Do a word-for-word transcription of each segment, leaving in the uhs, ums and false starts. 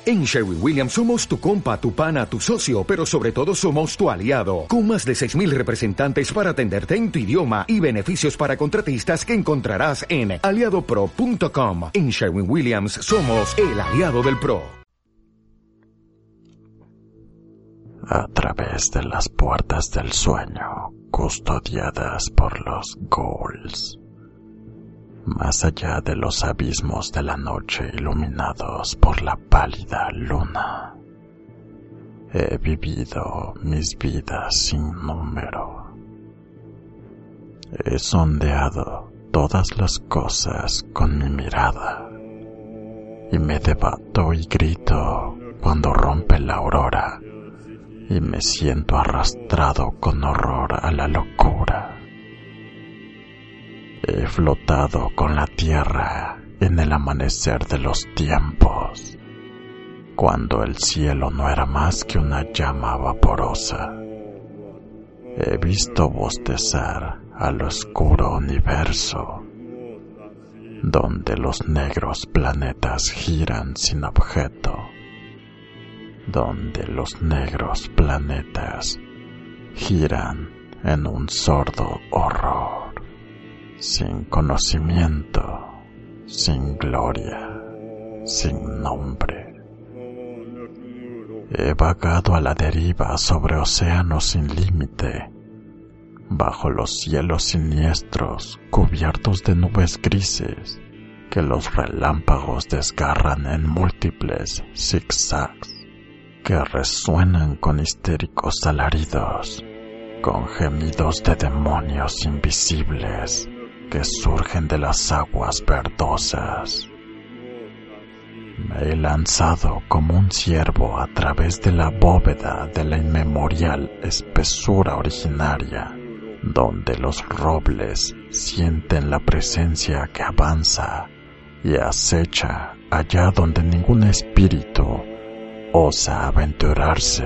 En Sherwin-Williams somos tu compa, tu pana, tu socio, pero sobre todo somos tu aliado, con más de seis mil representantes para atenderte en tu idioma y beneficios para contratistas que encontrarás en aliado pro punto com. En Sherwin-Williams somos el aliado del pro. A través de las puertas del sueño, custodiadas por los ghouls, más allá de los abismos de la noche iluminados por la pálida luna, he vivido mis vidas sin número. He sondeado todas las cosas con mi mirada y me debato y grito cuando rompe la aurora y me siento arrastrado con horror a la locura. He flotado con la tierra en el amanecer de los tiempos, cuando el cielo no era más que una llama vaporosa. He visto bostezar al oscuro universo, donde los negros planetas giran sin objeto, donde los negros planetas giran en un sordo horror. Sin conocimiento, sin gloria, sin nombre. He vagado a la deriva sobre océanos sin límite, bajo los cielos siniestros cubiertos de nubes grises que los relámpagos desgarran en múltiples zigzags, que resuenan con histéricos alaridos, con gemidos de demonios invisibles que surgen de las aguas verdosas. Me he lanzado como un ciervo a través de la bóveda de la inmemorial espesura originaria, donde los robles sienten la presencia que avanza y acecha allá donde ningún espíritu osa aventurarse,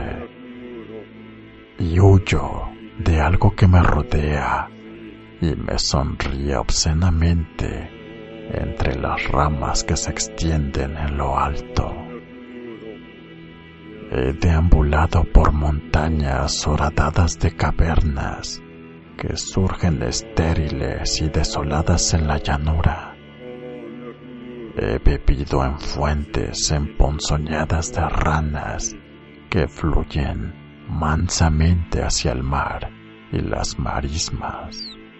y huyo de algo que me rodea y me sonríe obscenamente entre las ramas que se extienden en lo alto. He deambulado por montañas horadadas de cavernas que surgen estériles y desoladas en la llanura. He bebido en fuentes emponzoñadas de ranas que fluyen mansamente hacia el mar y las marismas.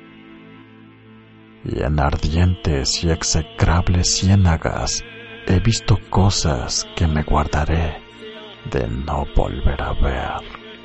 Y en ardientes y execrables ciénagas he visto cosas que me guardaré de no volver a ver.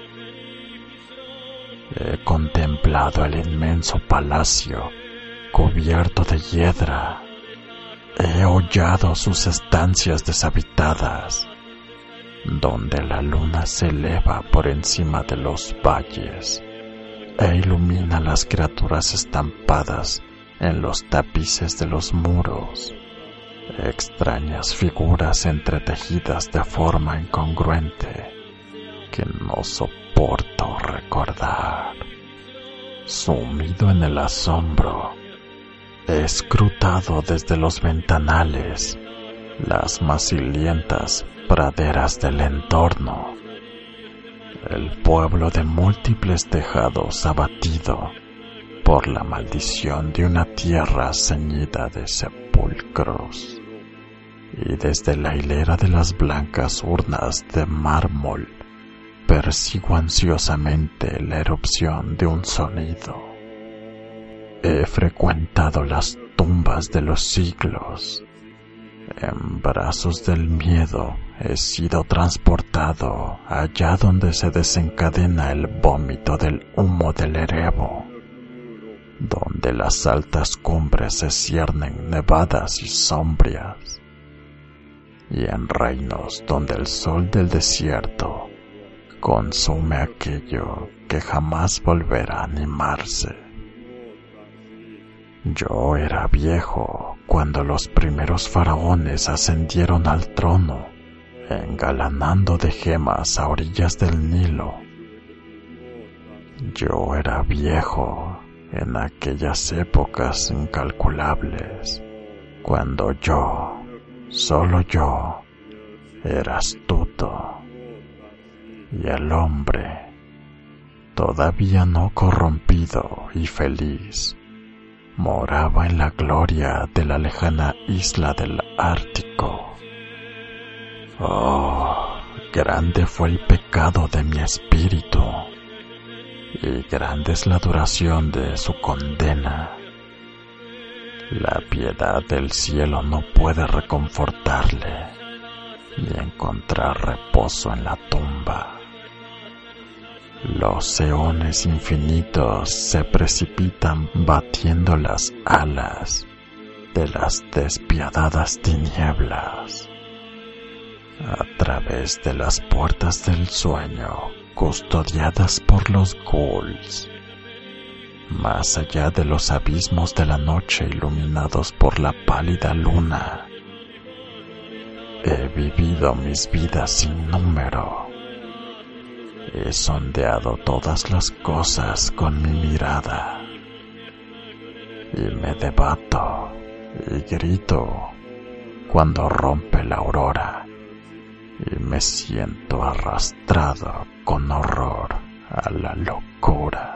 He contemplado el inmenso palacio cubierto de hiedra. He hollado sus estancias deshabitadas, donde la luna se eleva por encima de los valles e ilumina las criaturas estampadas en los tapices de los muros, extrañas figuras entretejidas de forma incongruente que no soporto recordar. Sumido en el asombro, he escrutado desde los ventanales las macilientas praderas del entorno, el pueblo de múltiples tejados abatido por la maldición de una tierra ceñida de sepulcros, y desde la hilera de las blancas urnas de mármol persigo ansiosamente la erupción de un sonido. He frecuentado las tumbas de los siglos. En brazos del miedo he sido transportado allá donde se desencadena el vómito del humo del erebo, donde las altas cumbres se ciernen nevadas y sombrias, y en reinos donde el sol del desierto consume aquello que jamás volverá a animarse. Yo era viejo cuando los primeros faraones ascendieron al trono, engalanando de gemas a orillas del Nilo. Yo era viejo en aquellas épocas incalculables, cuando yo, solo yo, era astuto, y el hombre, todavía no corrompido y feliz, moraba en la gloria de la lejana isla del Ártico. Oh, grande fue el pecado de mi espíritu, y grande es la duración de su condena. La piedad del cielo no puede reconfortarle, ni encontrar reposo en la tumba. Los eones infinitos se precipitan batiendo las alas de las despiadadas tinieblas. A través de las puertas del sueño, custodiadas por los ghouls, más allá de los abismos de la noche iluminados por la pálida luna, he vivido mis vidas sin número. He sondeado todas las cosas con mi mirada, y me debato y grito cuando rompe la aurora, y me siento arrastrado con horror a la locura.